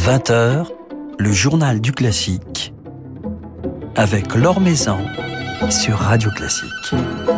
20h, le journal du classique avec Laure Maison sur Radio Classique.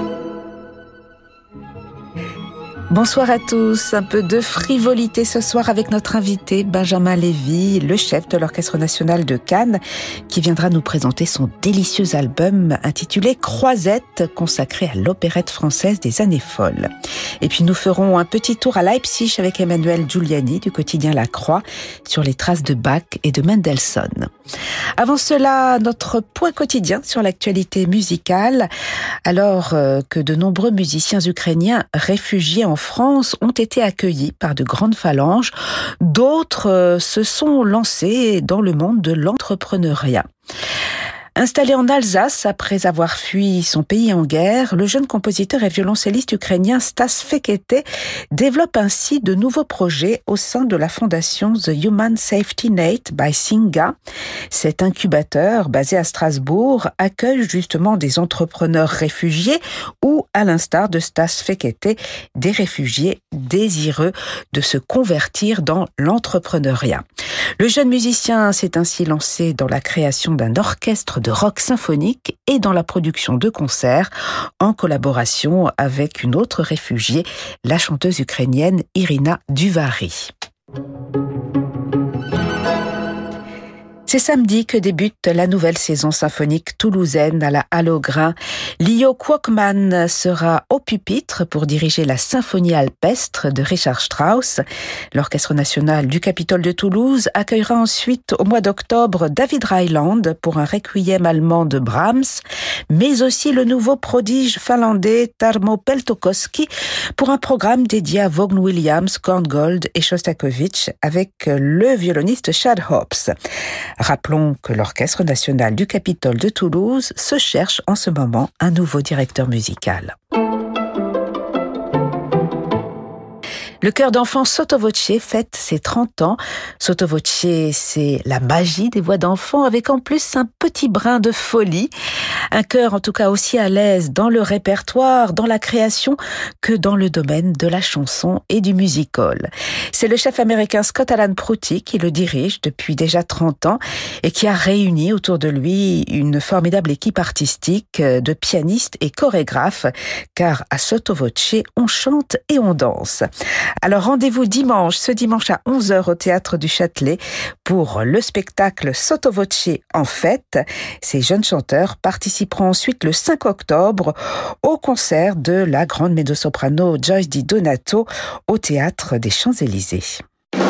Bonsoir à tous, un peu de frivolité ce soir avec notre invité Benjamin Lévy, le chef de l'Orchestre National de Cannes, qui viendra nous présenter son délicieux album intitulé Croisette, consacré à l'opérette française des années folles. Et puis nous ferons un petit tour à Leipzig avec Emmanuel Giuliani du quotidien La Croix sur les traces de Bach et de Mendelssohn. Avant cela, notre point quotidien sur l'actualité musicale, alors que de nombreux musiciens ukrainiens réfugiés en France ont été accueillis par de grandes phalanges, d'autres se sont lancés dans le monde de l'entrepreneuriat. Installé en Alsace après avoir fui son pays en guerre, le jeune compositeur et violoncelliste ukrainien Stas Fekete développe ainsi de nouveaux projets au sein de la fondation The Human Safety Net by Singa. Cet incubateur, basé à Strasbourg, accueille justement des entrepreneurs réfugiés ou, à l'instar de Stas Fekete, des réfugiés désireux de se convertir dans l'entrepreneuriat. Le jeune musicien s'est ainsi lancé dans la création d'un orchestre de rock symphonique et dans la production de concerts en collaboration avec une autre réfugiée, la chanteuse ukrainienne Irina Duvary. C'est samedi que débute la nouvelle saison symphonique toulousaine à la Halle aux Grains. Leo Kwokman sera au pupitre pour diriger la symphonie alpestre de Richard Strauss. L'Orchestre national du Capitole de Toulouse accueillera ensuite au mois d'octobre David Ryland pour un requiem allemand de Brahms, mais aussi le nouveau prodige finlandais Tarmo Peltokoski pour un programme dédié à Vaughan Williams, Korngold et Shostakovich avec le violoniste Chad Hobbs. Rappelons que l'Orchestre national du Capitole de Toulouse se cherche en ce moment un nouveau directeur musical. Le chœur d'enfants Sotto Voce fête ses 30 ans. Sotto Voce, c'est la magie des voix d'enfants avec en plus un petit brin de folie. Un chœur en tout cas aussi à l'aise dans le répertoire, dans la création, que dans le domaine de la chanson et du music-hall. C'est le chef américain Scott Alan Prouty qui le dirige depuis déjà 30 ans et qui a réuni autour de lui une formidable équipe artistique de pianistes et chorégraphes, car à Sotto Voce, on chante et on danse. Alors rendez-vous ce dimanche à 11h au Théâtre du Châtelet pour le spectacle Sotto Voce en fête. Ces jeunes chanteurs participeront ensuite le 5 octobre au concert de la grande mezzo-soprano Joyce Di Donato au Théâtre des Champs-Élysées. Sur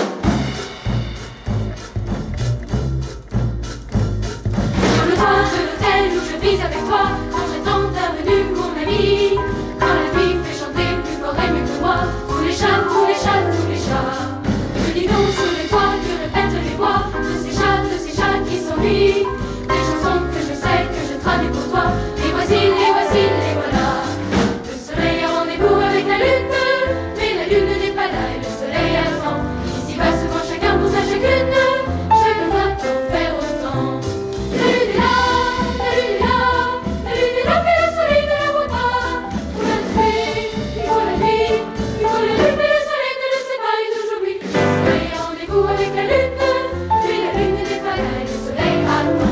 le toit de l'hôtel où je vis avec toi, quand j'attends ta venue, mon ami, quand la nuit fait chanter plus fort et mieux que moi, tous les chats, tous les chats, tous les chats. Je dis donc sur les toits, tu répètes les voix de ces chats qui s'ennuient, des chansons que je sais, que je traduis pour toi. Les voici, les voilà. Le soleil a rendez-vous avec la lune, mais la lune n'est pas là et le soleil attend. Ici va souvent chacun pour sa chacune, chacun doit en faire autant. La lune est là, la lune est là, la lune est là, mais le soleil ne la voit pas. Pour la trouver, il faut la nuit, il faut la lune, mais le soleil ne le sait pas et d'aujourd'hui. Le soleil a rendez-vous avec la lune, mais la lune n'est pas là et le soleil attend.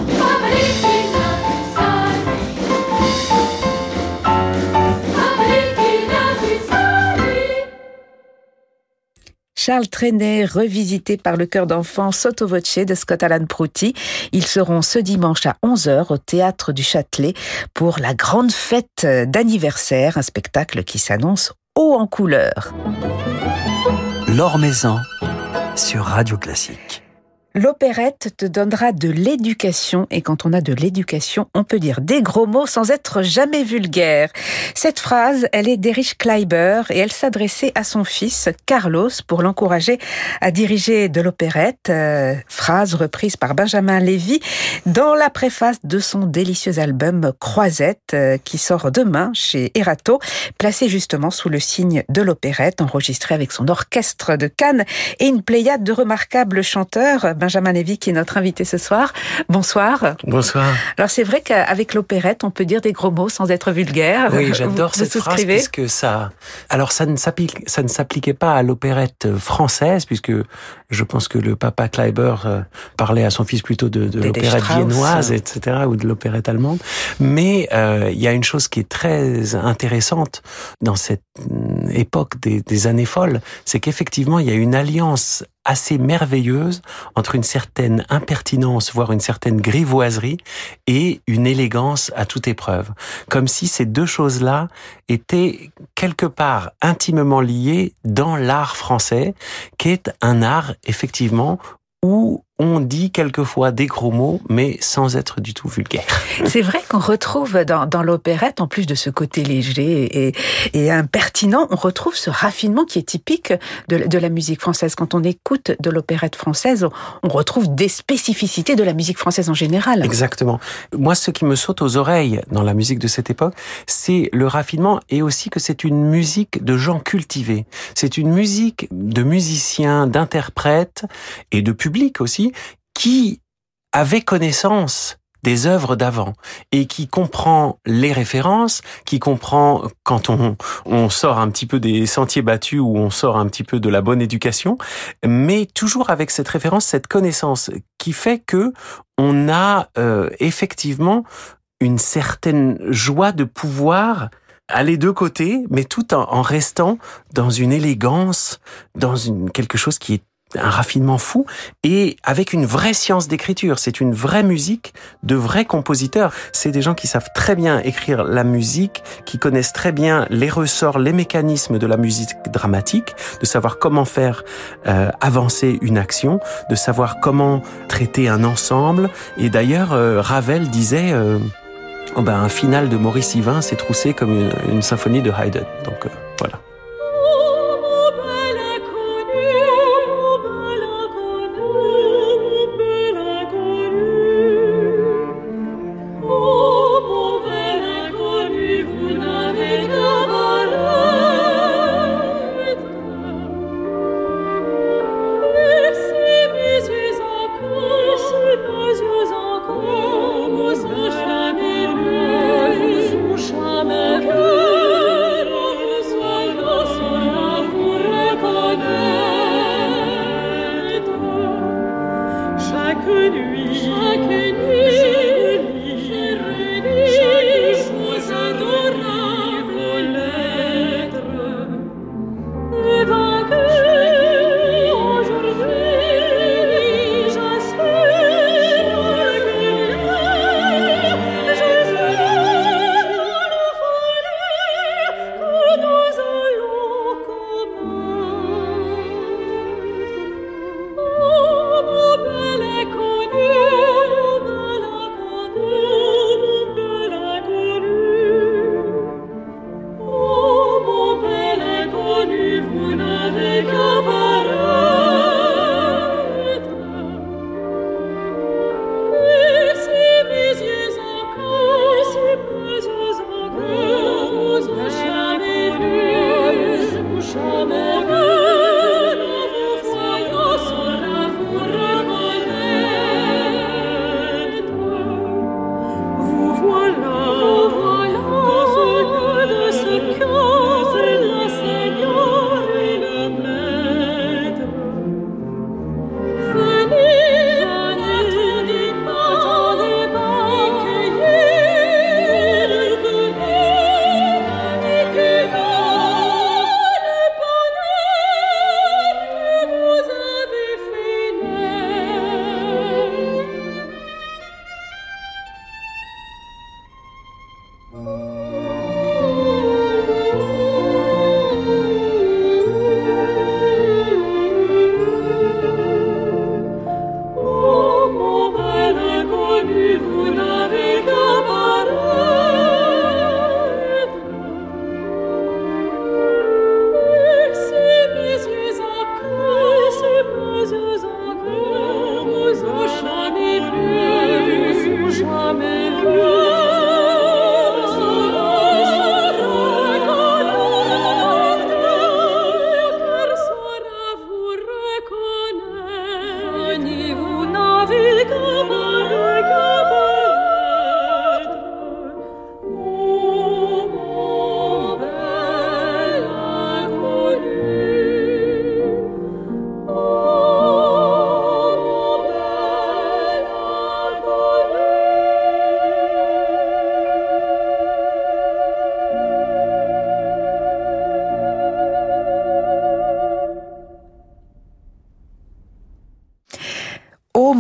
Charles Trenet, revisité par le chœur d'enfants Sotto Voce de Scott Alan Prouty. Ils seront ce dimanche à 11h au Théâtre du Châtelet pour la grande fête d'anniversaire, un spectacle qui s'annonce haut en couleur. Laure Maison sur Radio Classique. L'opérette te donnera de l'éducation, et quand on a de l'éducation, on peut dire des gros mots sans être jamais vulgaire. Cette phrase, elle est d'Erich Kleiber et elle s'adressait à son fils Carlos pour l'encourager à diriger de l'opérette, phrase reprise par Benjamin Lévy dans la préface de son délicieux album Croisette qui sort demain chez Erato, placé justement sous le signe de l'opérette, enregistré avec son orchestre de Cannes et une pléiade de remarquables chanteurs. Benjamin Lévy qui est notre invité ce soir. Bonsoir. Bonsoir. Alors c'est vrai qu'avec l'opérette, on peut dire des gros mots sans être vulgaire. Oui, j'adore cette phrase puisque ça ne s'appliquait pas à l'opérette française puisque je pense que le papa Kleiber parlait à son fils plutôt de l'opérette viennoise, etc., ou de l'opérette allemande. Mais il y a une chose qui est très intéressante dans cette époque des années folles, c'est qu'effectivement il y a une alliance assez merveilleuse entre une certaine impertinence, voire une certaine grivoiserie, et une élégance à toute épreuve. Comme si ces deux choses-là étaient quelque part intimement liées dans l'art français, qui est un art, effectivement, où on dit quelquefois des gros mots, mais sans être du tout vulgaire. C'est vrai qu'on retrouve dans l'opérette, en plus de ce côté léger et impertinent, on retrouve ce raffinement qui est typique de la musique française. Quand on écoute de l'opérette française, on retrouve des spécificités de la musique française en général. Exactement. Moi, ce qui me saute aux oreilles dans la musique de cette époque, c'est le raffinement et aussi que c'est une musique de gens cultivés. C'est une musique de musiciens, d'interprètes et de public aussi, qui avait connaissance des œuvres d'avant et qui comprend les références, qui comprend quand on sort un petit peu des sentiers battus ou on sort un petit peu de la bonne éducation, mais toujours avec cette référence, cette connaissance qui fait que on a effectivement une certaine joie de pouvoir aller de côté, mais tout en restant dans une élégance, dans quelque chose qui est un raffinement fou et avec une vraie science d'écriture. C'est une vraie musique de vrais compositeurs. C'est des gens qui savent très bien écrire la musique, qui connaissent très bien les ressorts, les mécanismes de la musique dramatique, de savoir comment faire avancer une action, de savoir comment traiter un ensemble. Et d'ailleurs, Ravel disait un final de Maurice Yvain, c'est troussé comme une symphonie de Haydn. Donc voilà. Jamais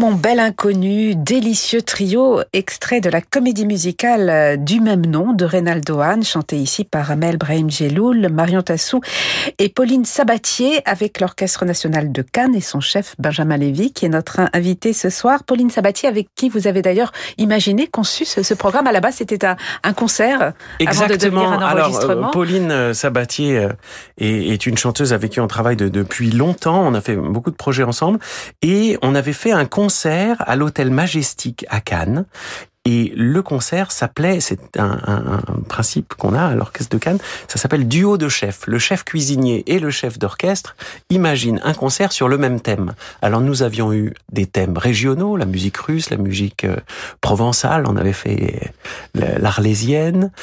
mon bel inconnu, délicieux trio, extrait de la comédie musicale du même nom de Reynaldo Hahn, chanté ici par Amel Brahim-Djelloul, Marion Tassou et Pauline Sabatier, avec l'Orchestre national de Cannes et son chef Benjamin Lévy, qui est notre invité ce soir. Pauline Sabatier, avec qui vous avez d'ailleurs imaginé, conçu ce programme. À la base, c'était un concert. Exactement. Avant de devenir un enregistrement. Alors, Pauline Sabatier est une chanteuse avec qui on travaille depuis longtemps. On a fait beaucoup de projets ensemble. Et on avait fait un concert à l'Hôtel Majestic à Cannes. Et le concert s'appelait, c'est un principe qu'on a à l'Orchestre de Cannes, ça s'appelle duo de chefs. Le chef cuisinier et le chef d'orchestre imaginent un concert sur le même thème. Alors nous avions eu des thèmes régionaux, la musique russe, la musique provençale, on avait fait l'arlésienne.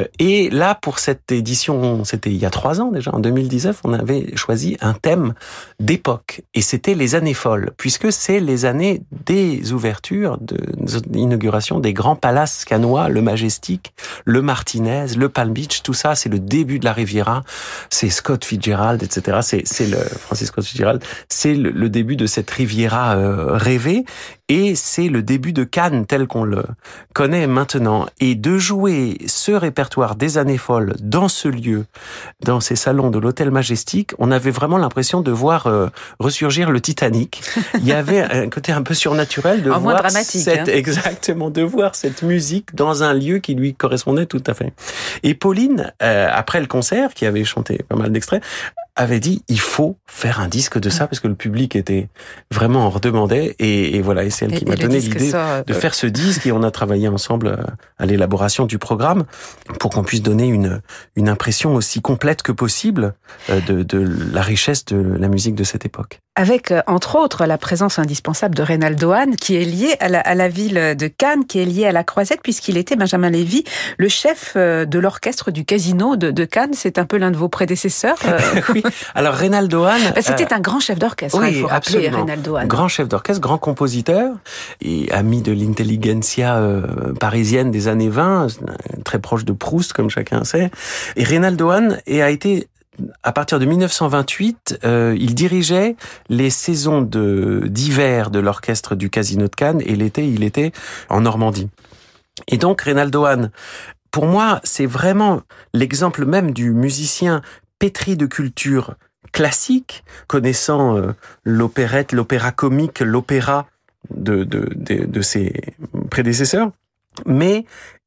Et là, pour cette édition, c'était il y a 3 ans déjà, en 2019, on avait choisi un thème d'époque. Et c'était les années folles, puisque c'est les années des ouvertures, d'inauguration des grands palaces cannois, le Majestic, le Martinez, le Palm Beach, tout ça, c'est le début de la Riviera, c'est Scott Fitzgerald, etc. C'est le Francis Scott Fitzgerald, c'est le début de cette Riviera rêvée, et c'est le début de Cannes tel qu'on le connaît maintenant. Et de jouer ce répertoire des années folles dans ce lieu, dans ces salons de l'Hôtel Majestic, on avait vraiment l'impression de voir ressurgir le Titanic. Il y avait un côté un peu surnaturel de voir exactement, de voir cette musique dans un lieu qui lui correspondait tout à fait. Et Pauline, après le concert, qui avait chanté pas mal d'extraits, avait dit il faut faire un disque de ça parce que le public était vraiment en redemandait et voilà, et c'est elle qui m'a donné l'idée de faire ce disque, et on a travaillé ensemble à l'élaboration du programme pour qu'on puisse donner une impression aussi complète que possible de la richesse de la musique de cette époque. Avec, entre autres, la présence indispensable de Reynaldo Hahn, qui est lié à la ville de Cannes, qui est lié à la Croisette, puisqu'il était, Benjamin Lévy, le chef de l'orchestre du Casino de Cannes. C'est un peu l'un de vos prédécesseurs. Oui. Alors, Reynaldo Hahn... C'était un grand chef d'orchestre, oui, il faut rappeler absolument. Reynaldo Hahn. Grand chef d'orchestre, grand compositeur, et ami de l'intelligentsia parisienne des années 20, très proche de Proust, comme chacun sait. Et Reynaldo Hahn a été... À partir de 1928, il dirigeait les saisons d'hiver de l'orchestre du Casino de Cannes, et l'été, il était en Normandie. Et donc, Reynaldo Hahn, pour moi, c'est vraiment l'exemple même du musicien pétri de culture classique, connaissant l'opérette, l'opéra comique, l'opéra de ses prédécesseurs, mais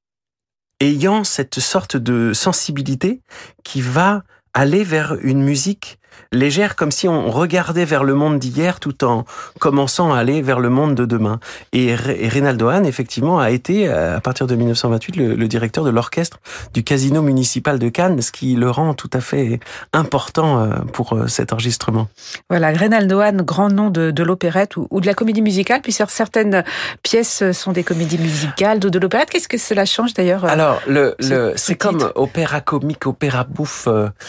ayant cette sorte de sensibilité qui va aller vers une musique légère, comme si on regardait vers le monde d'hier tout en commençant à aller vers le monde de demain. Et Reynaldo Hahn, effectivement, a été, à partir de 1928, le directeur de l'orchestre du Casino municipal de Cannes, ce qui le rend tout à fait important pour cet enregistrement. Voilà, Reynaldo Hahn, grand nom de l'opérette ou de la comédie musicale, puis certaines pièces sont des comédies musicales, d'autres de l'opérette. Qu'est-ce que cela change d'ailleurs? Alors, c'est comme opéra comique, opéra bouffe,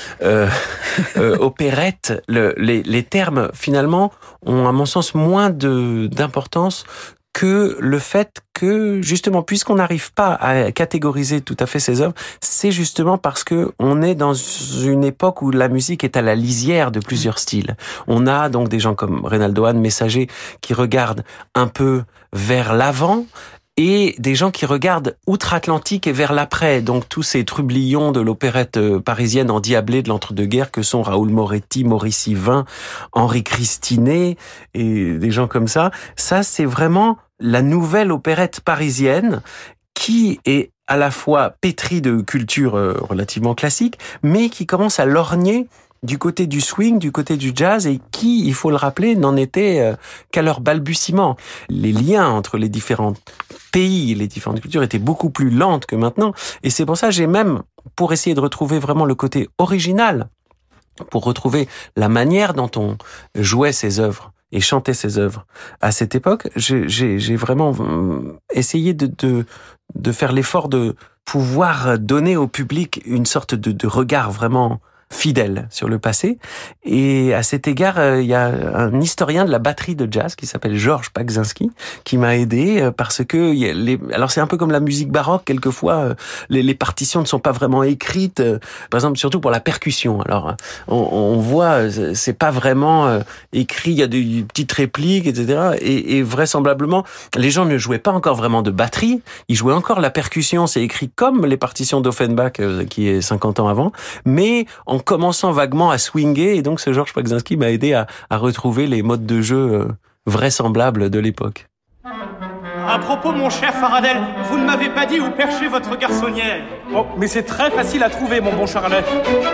opérette. Les termes, finalement, ont, à mon sens, moins d'importance que le fait que, justement, puisqu'on n'arrive pas à catégoriser tout à fait ces œuvres, c'est justement parce que on est dans une époque où la musique est à la lisière de plusieurs styles. On a donc des gens comme Reynaldo Hahn, Messager, qui regardent un peu vers l'avant, et des gens qui regardent outre-Atlantique et vers l'après, donc tous ces trublions de l'opérette parisienne endiablée de l'entre-deux-guerres que sont Raoul Moretti, Maurice Yvain, Henri Christinet et des gens comme ça. Ça, c'est vraiment la nouvelle opérette parisienne qui est à la fois pétrie de culture relativement classique, mais qui commence à lorgner du côté du swing, du côté du jazz, et qui, il faut le rappeler, n'en était qu'à leur balbutiement. Les liens entre les différents pays et les différentes cultures étaient beaucoup plus lentes que maintenant, et c'est pour ça que j'ai même, pour essayer de retrouver vraiment le côté original, pour retrouver la manière dont on jouait ces œuvres et chantait ces œuvres à cette époque, j'ai vraiment essayé de faire l'effort de pouvoir donner au public une sorte de regard vraiment fidèle sur le passé. Et à cet égard, il y a un historien de la batterie de jazz qui s'appelle Georges Pagzinski qui m'a aidé parce que alors c'est un peu comme la musique baroque, quelquefois les partitions ne sont pas vraiment écrites, par exemple surtout pour la percussion. Alors on voit, c'est pas vraiment écrit, il y a des petites répliques, etc. Et vraisemblablement, les gens ne jouaient pas encore vraiment de batterie, ils jouaient encore la percussion, c'est écrit comme les partitions d'Offenbach qui est 50 ans avant, mais en commençant vaguement à swinger, et donc ce Georges Pagzinski m'a aidé à retrouver les modes de jeu vraisemblables de l'époque. À propos, mon cher Faradel, vous ne m'avez pas dit où percher votre garçonnière. Oh, mais c'est très facile à trouver, mon bon Charlet.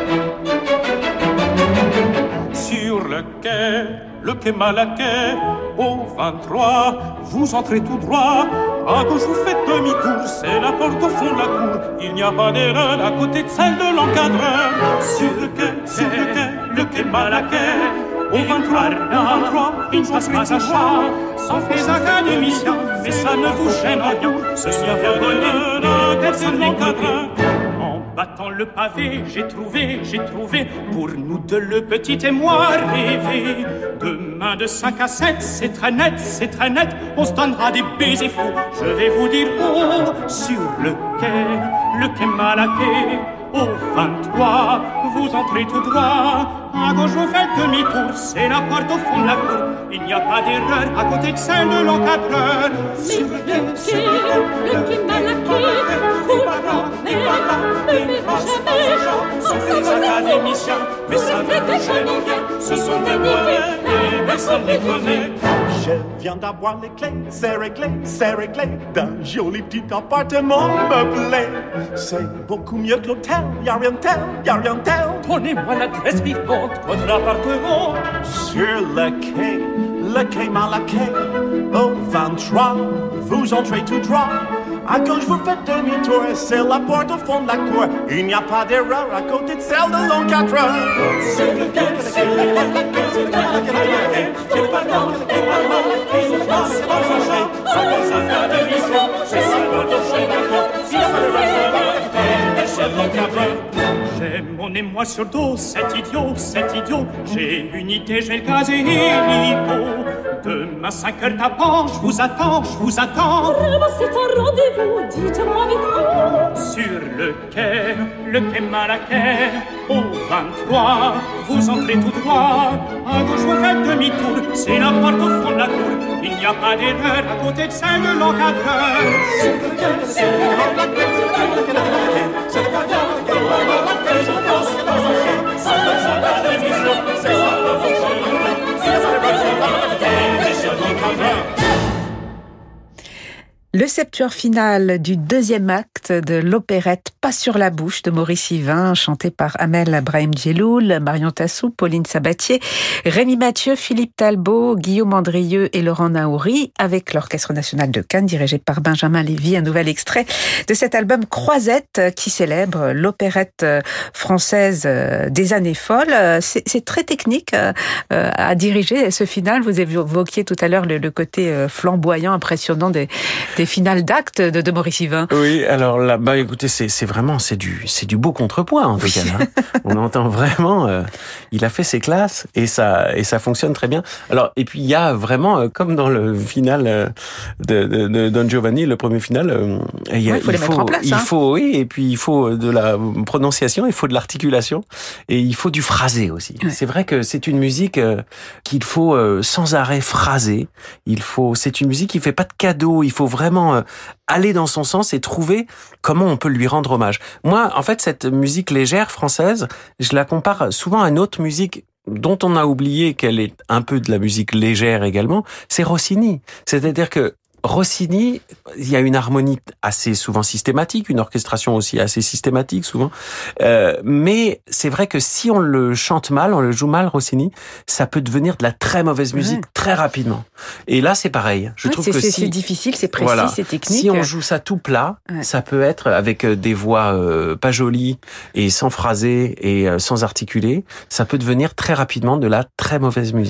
Sur le quai Malaquais, au 23, vous entrez tout droit. À gauche, vous faites demi-tour, c'est la porte au fond de la cour. Il n'y a pas d'erreur à côté de celle de l'encadreur. Sur le quai Malaquais, au 23, il ne passe pas à chat. Sans les académiciens, mais ça ne vous gêne rien. Ceci a pardonné la tête de l'encadreur. Battant le pavé, j'ai trouvé pour nous deux le petit et moi rêver. Demain de 5 à 7, c'est très net, on se donnera des baisers fous. Je vais vous dire où, sur le quai Malaquais, au 23, vous entrez tout droit. À gauche, vous faites demi-tour, c'est la porte au fond de la cour. Il n'y a pas d'erreur à côté de celle de l'encadreur. Sur le quai Malaquais, vous ne verrez jamais. Ce sont des académiciens, mais ça ne vous gêne rien. Ce sont des moyens et personne les connaît. Je viens d'avoir les clés, c'est réglé, d'un joli petit appartement meublé. C'est beaucoup mieux que l'hôtel, y'a rien de tel. Donnez-moi l'adresse vivante, votre appartement. Sur le quai Malaquais, au 23, vous entrez tout droit. À gauche, vous faites demi-tour, c'est la porte au fond de la cour. Il n'y a pas d'erreur à côté de celle de l'encadreur. Sur le quai Malaquais, c'est pas dans le quai Malaquais, c'est pas sans les académiciens, c'est ça notre chemin, si ça ne va pas, c'est l'encadreur. J'ai mon émoi sur le dos, cet idiot. J'ai une idée, j'ai le gaz et l'hélico. Demain 5h tapant, je vous attends. Vraiment, c'est un rendez-vous, dites-moi vite. Sur le quai Malaquais, au 23, vous entrez tout droit. À gauche, vous faites demi-tour, c'est la porte au fond de la cour. Il n'y a pas d'erreur à côté de celle de l'encadreur. Sur le quai, c'est le Malaquais, c'est pas dans le quai Malaquais, c'est pas sans les académiciens, c'est ça notre chemin, c'est ça Le septuor final du deuxième acte de l'opérette Pas sur la bouche de Maurice Yvain, chanté par Amel Brahim-Djeloul, Marion Tassou, Pauline Sabatier, Rémi Mathieu, Philippe Talbot, Guillaume Andrieux et Laurent Naouri, avec l'Orchestre national de Cannes, dirigé par Benjamin Lévy. Un nouvel extrait de cet album Croisette qui célèbre l'opérette française des années folles. C'est très technique à diriger ce final. Vous évoquiez tout à l'heure le côté flamboyant, impressionnant des finales d'actes de Maurice Yvain. Oui, alors là, écoutez, c'est vraiment du beau contrepoint en tout cas. Hein. On entend vraiment, il a fait ses classes et ça fonctionne très bien. Alors et puis il y a vraiment comme dans le final de Don Giovanni, le premier final, il faut les mettre en place. Et puis il faut de la prononciation, il faut de l'articulation et il faut du phrasé aussi. Ouais. C'est vrai que c'est une musique qu'il faut sans arrêt phraser. C'est une musique qui fait pas de cadeaux. Il faut vraiment aller dans son sens et trouver comment on peut lui rendre hommage. Moi, en fait, cette musique légère française, je la compare souvent à une autre musique dont on a oublié qu'elle est un peu de la musique légère également, c'est Rossini. C'est-à-dire que Rossini, il y a une harmonie assez souvent systématique, une orchestration aussi assez systématique souvent, mais c'est vrai que si on le chante mal, on le joue mal Rossini, ça peut devenir de la très mauvaise musique très rapidement. Et là c'est pareil. Je trouve que c'est difficile, c'est précis, c'est technique. Si on joue ça tout plat, ça peut être avec des voix pas jolies et sans phraser et sans articuler, ça peut devenir très rapidement de la très mauvaise musique.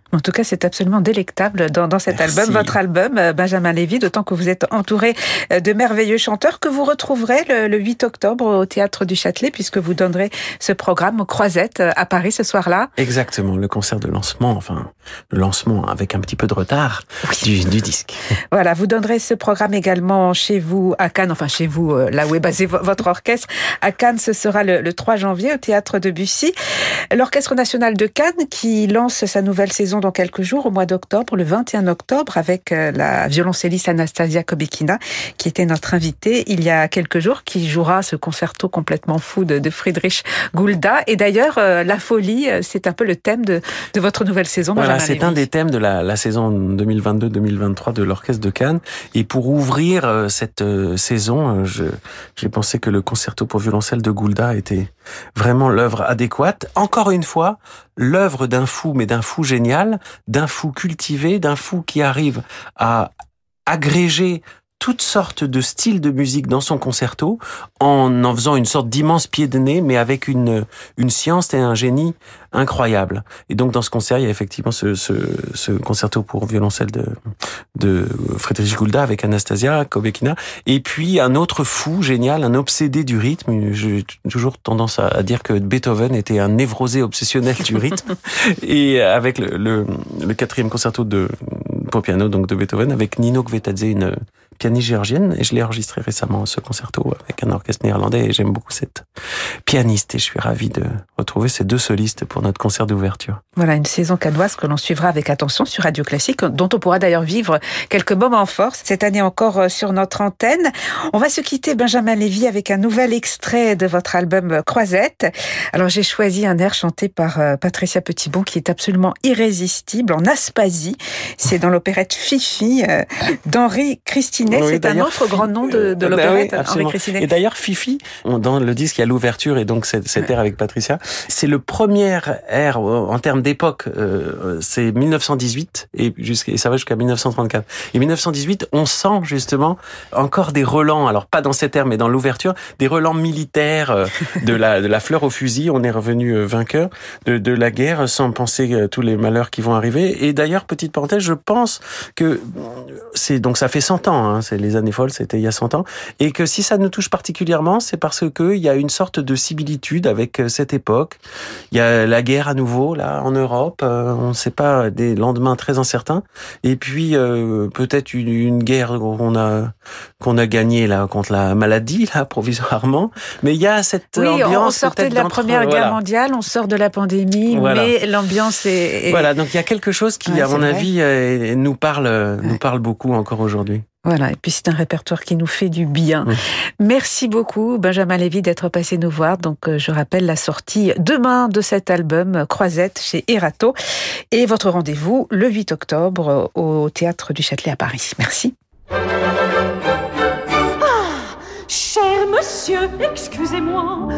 En tout cas, c'est absolument délectable dans cet Merci. album, votre album, Benjamin Lévy, d'autant que vous êtes entouré de merveilleux chanteurs que vous retrouverez le 8 octobre au Théâtre du Châtelet, puisque vous donnerez ce programme aux Croisettes à Paris ce soir-là. Exactement, le concert de lancement, le lancement avec un petit peu de retard du disque. Voilà, vous donnerez ce programme également chez vous à Cannes, enfin chez vous, là où est basé votre orchestre. À Cannes, ce sera le 3 janvier au Théâtre Debussy. L'Orchestre national de Cannes qui lance sa nouvelle saison dans quelques jours, au mois d'octobre, le 21 octobre, avec la violoncelliste Anastasia Kobekina, qui était notre invitée il y a quelques jours, qui jouera ce concerto complètement fou de Friedrich Gulda. Et d'ailleurs, la folie, c'est un peu le thème de votre nouvelle saison. Voilà, c'est un des thèmes de la saison 2022-2023 de l'Orchestre de Cannes. Et pour ouvrir cette saison, j'ai pensé que le concerto pour violoncelle de Gulda était vraiment l'œuvre adéquate. Encore une fois, l'œuvre d'un fou, mais d'un fou génial, d'un fou cultivé, d'un fou qui arrive à agréger toutes sortes de styles de musique dans son concerto en faisant une sorte d'immense pied de nez, mais avec une science et un génie incroyable. Et donc dans ce concert, il y a effectivement ce concerto pour violoncelle de Friedrich Gulda avec Anastasia Kobekina, et puis un autre fou génial, un obsédé du rythme. J'ai toujours tendance à dire que Beethoven était un névrosé obsessionnel du rythme, et avec le 4e concerto pour piano donc de Beethoven avec Nino Gvetadze, une pianiste géorgienne, et je l'ai enregistré récemment, ce concerto, avec un orchestre néerlandais, et j'aime beaucoup cette pianiste, et je suis ravi de retrouver ces deux solistes pour notre concert d'ouverture. Voilà, une saison cannoise que l'on suivra avec attention sur Radio Classique, dont on pourra d'ailleurs vivre quelques moments forts cette année encore sur notre antenne. On va se quitter, Benjamin Lévy, avec un nouvel extrait de votre album Croisette. Alors j'ai choisi un air chanté par Patricia Petitbon qui est absolument irrésistible, en Aspasie. C'est dans l'opérette Fifi d'Henri Christinet. Oui, c'est un autre grand nom de l'opérette, oui, Henri Christinet. Et d'ailleurs, Fifi, dans le disque, il y a l'ouverture et donc cet air avec Patricia. C'est le premier air en termes d'époque. C'est 1918 et ça va jusqu'à 1934. Et 1918, on sent justement encore des relents. Alors pas dans cet air, mais dans l'ouverture, des relents militaires de la fleur au fusil. On est revenu vainqueur de la guerre sans penser tous les malheurs qui vont arriver. Et d'ailleurs, petite parenthèse, je pense que ça fait 100 ans. C'est les années folles, c'était il y a 100 ans. Et que si ça nous touche particulièrement, c'est parce que il y a une sorte de similitude avec cette époque. Il y a la guerre à nouveau, là, en Europe. On ne sait pas, des lendemains très incertains. Et puis, peut-être une guerre qu'on a gagnée, là, contre la maladie, là, provisoirement. Mais il y a cette ambiance. On sortait de la Première Guerre mondiale, on sort de la pandémie, mais l'ambiance est... Voilà, donc il y a quelque chose qui, à mon avis, nous parle beaucoup encore aujourd'hui. Voilà, et puis c'est un répertoire qui nous fait du bien. Oui. Merci beaucoup, Benjamin Lévy, d'être passé nous voir. Donc, je rappelle la sortie demain de cet album Croisette chez Erato, et votre rendez-vous le 8 octobre au Théâtre du Châtelet à Paris. Merci. Cher monsieur, excusez-moi,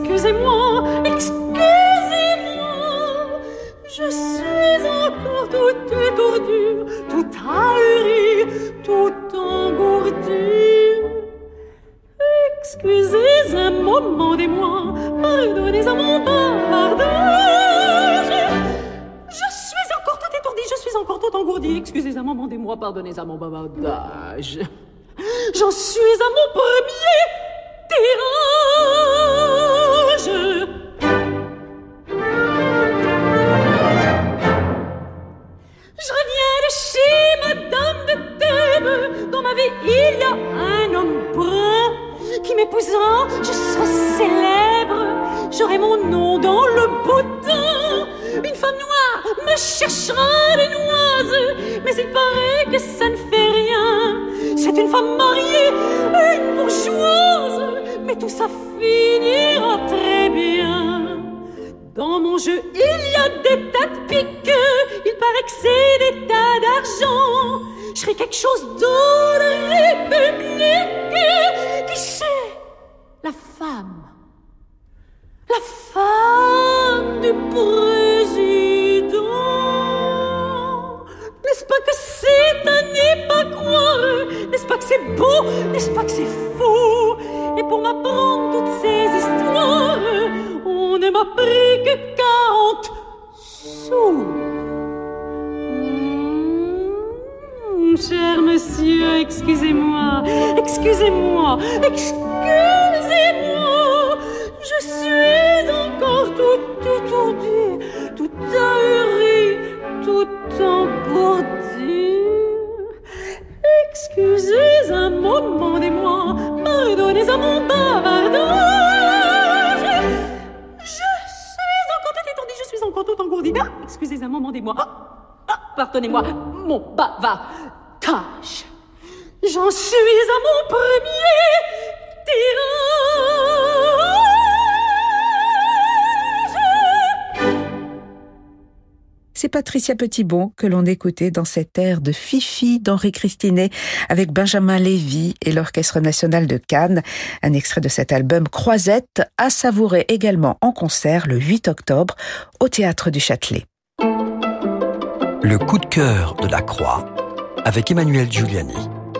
je suis encore tout étourdi, tout ahuri, tout engourdi. Excusez un moment des mois, pardonnez à mon bavardage. Je suis encore tout étourdi, je suis encore tout engourdi. Excusez un moment des mois, pardonnez à mon bavardage. J'en suis à mon premier tirage. Je reviens de chez Madame de Thèbes. Dans ma vie, il y a un homme brun qui m'épousera, je serai célèbre. J'aurai mon nom dans le bouton. Une femme noire me cherchera des noises, mais il paraît que ça ne fait rien. C'est une femme mariée, une bourgeoise, mais tout ça finira très bien. Dans mon jeu, il y a des tas de piques. Il paraît que c'est des tas d'argent. Je serai quelque chose dans la République. Qui c'est? La femme du président. N'est-ce pas que c'est à n'y pas croire? N'est-ce pas que c'est beau? N'est-ce pas que c'est fou? Et pour m'apprendre toutes ces histoires, on ne m'a pris que 40 sous. cher monsieur, excusez-moi, excusez-moi, excusez-moi. Je suis encore tout étourdie, tout ahurie, tout engourdie. Excusez un moment des mois, pardonnez à mon bavardage. Je suis encore tout étourdie, je suis encore tout engourdie. Ah, excusez un moment des mois. Pardonnez-moi, mon bavardage. J'en suis à mon premier tirage. C'est Patricia Petitbon que l'on écoutait dans cet air de Fifi d'Henri Christinet avec Benjamin Lévy et l'Orchestre national de Cannes. Un extrait de cet album Croisette à savourer également en concert le 8 octobre au Théâtre du Châtelet. Le coup de cœur de la Croix avec Emmanuelle Giuliani.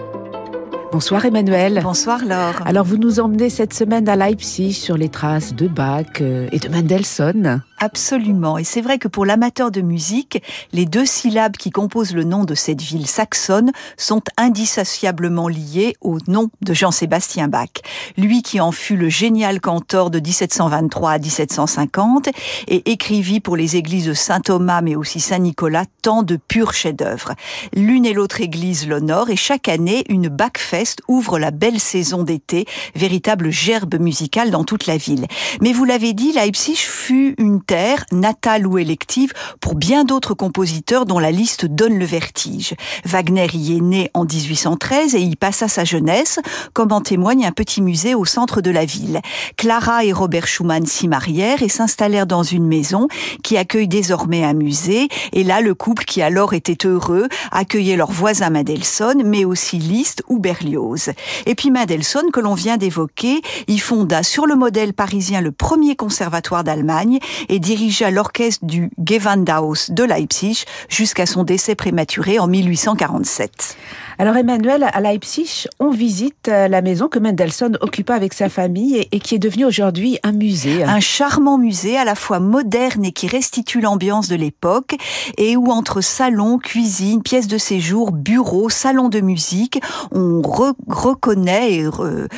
Bonsoir Emmanuelle. Bonsoir Laure. Alors vous nous emmenez cette semaine à Leipzig sur les traces de Bach et de Mendelssohn. Absolument. Et c'est vrai que pour l'amateur de musique, les deux syllabes qui composent le nom de cette ville saxonne sont indissociablement liées au nom de Jean-Sébastien Bach. Lui qui en fut le génial cantor de 1723 à 1750 et écrivit pour les églises de Saint-Thomas mais aussi Saint-Nicolas tant de purs chefs-d'œuvre. L'une et l'autre église l'honorent et chaque année, une Bachfest ouvre la belle saison d'été, véritable gerbe musicale dans toute la ville. Mais vous l'avez dit, Leipzig fut une terre, natale ou élective, pour bien d'autres compositeurs dont la liste donne le vertige. Wagner y est né en 1813 et y passa sa jeunesse, comme en témoigne un petit musée au centre de la ville. Clara et Robert Schumann s'y marièrent et s'installèrent dans une maison qui accueille désormais un musée. Et là, le couple qui alors était heureux accueillait leurs voisins Mendelssohn, mais aussi Liszt ou Berlioz. Et puis Mendelssohn, que l'on vient d'évoquer, y fonda sur le modèle parisien le premier conservatoire d'Allemagne et dirigea l'orchestre du Gewandhaus de Leipzig jusqu'à son décès prématuré en 1847. Alors Emmanuel, à Leipzig, on visite la maison que Mendelssohn occupa avec sa famille et qui est devenue aujourd'hui un musée. Un charmant musée à la fois moderne et qui restitue l'ambiance de l'époque et où entre salon, cuisine, pièces de séjour, bureaux, salon de musique, on reconnaît et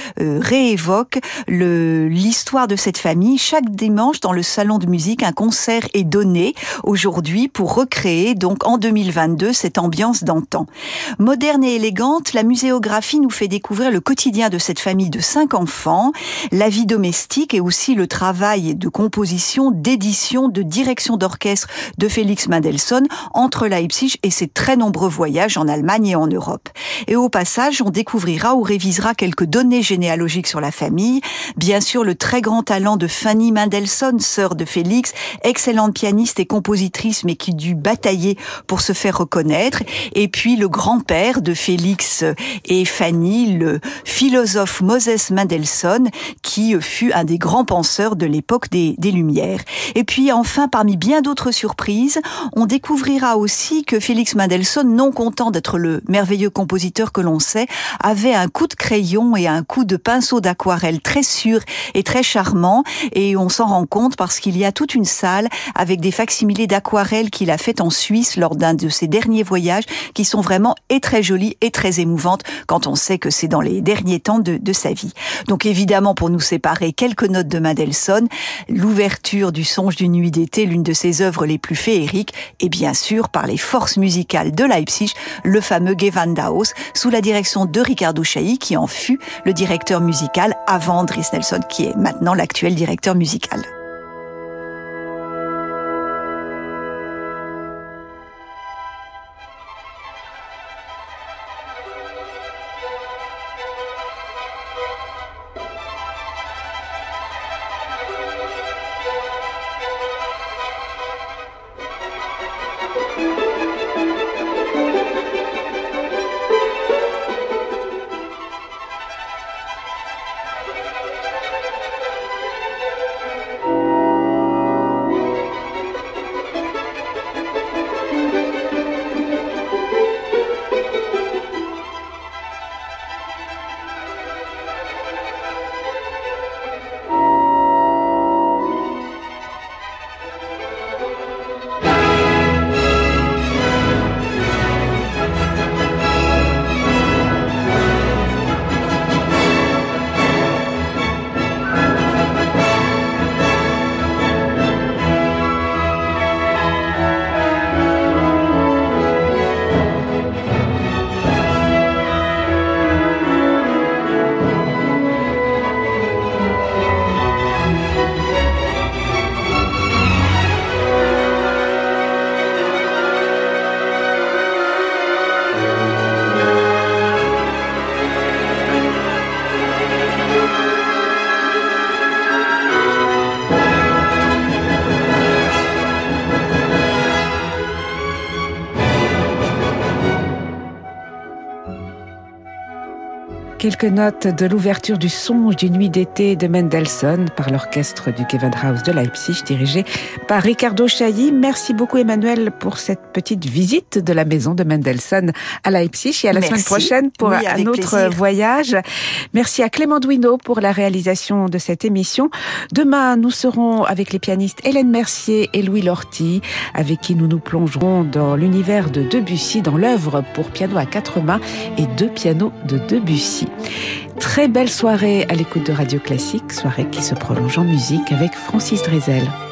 réévoque l'histoire de cette famille. Chaque dimanche dans le salon de musique, un concert est donné aujourd'hui pour recréer donc en 2022 cette ambiance d'antan. Moderne et élégante, la muséographie nous fait découvrir le quotidien de cette famille de 5 enfants, la vie domestique et aussi le travail de composition, d'édition, de direction d'orchestre de Félix Mendelssohn entre Leipzig et ses très nombreux voyages en Allemagne et en Europe. Et au passage, on découvrira ou révisera quelques données généalogiques sur la famille. Bien sûr, le très grand talent de Fanny Mendelssohn, sœur de Félix, excellente pianiste et compositrice, mais qui dut batailler pour se faire reconnaître. Et puis le grand-père de Félix et Fanny, le philosophe Moses Mendelssohn, qui fut un des grands penseurs de l'époque des Lumières. Et puis enfin, parmi bien d'autres surprises, on découvrira aussi que Félix Mendelssohn, non content d'être le merveilleux compositeur que l'on sait, avait un coup de crayon et un coup de pinceau d'aquarelle très sûr et très charmant, et on s'en rend compte parce qu'il y a toute une salle avec des facsimilés d'aquarelle qu'il a fait en Suisse lors d'un de ses derniers voyages, qui sont vraiment et très jolies et très émouvantes quand on sait que c'est dans les derniers temps de sa vie. Donc évidemment, pour nous séparer, quelques notes de Mendelssohn, l'ouverture du Songe d'une nuit d'été, l'une de ses œuvres les plus féeriques, et bien sûr par les forces musicales de Leipzig, le fameux Gewandhaus, sous la direction de Riccardo Chailly, qui en fut le directeur musical avant Dries Nelson, qui est maintenant l'actuel directeur musical. Quelques notes de l'ouverture du Songe d'une nuit d'été de Mendelssohn par l'orchestre du Gewandhaus de Leipzig dirigé par Riccardo Chailly. Merci beaucoup Emmanuel pour cette petite visite de la maison de Mendelssohn à Leipzig et à la semaine prochaine pour un autre voyage. Merci à Clément Douineau pour la réalisation de cette émission. Demain, nous serons avec les pianistes Hélène Mercier et Louis Lorty, avec qui nous nous plongerons dans l'univers de Debussy, dans l'œuvre pour piano à 4 mains et 2 pianos de Debussy. Très belle soirée à l'écoute de Radio Classique, soirée qui se prolonge en musique avec Francis Drezel.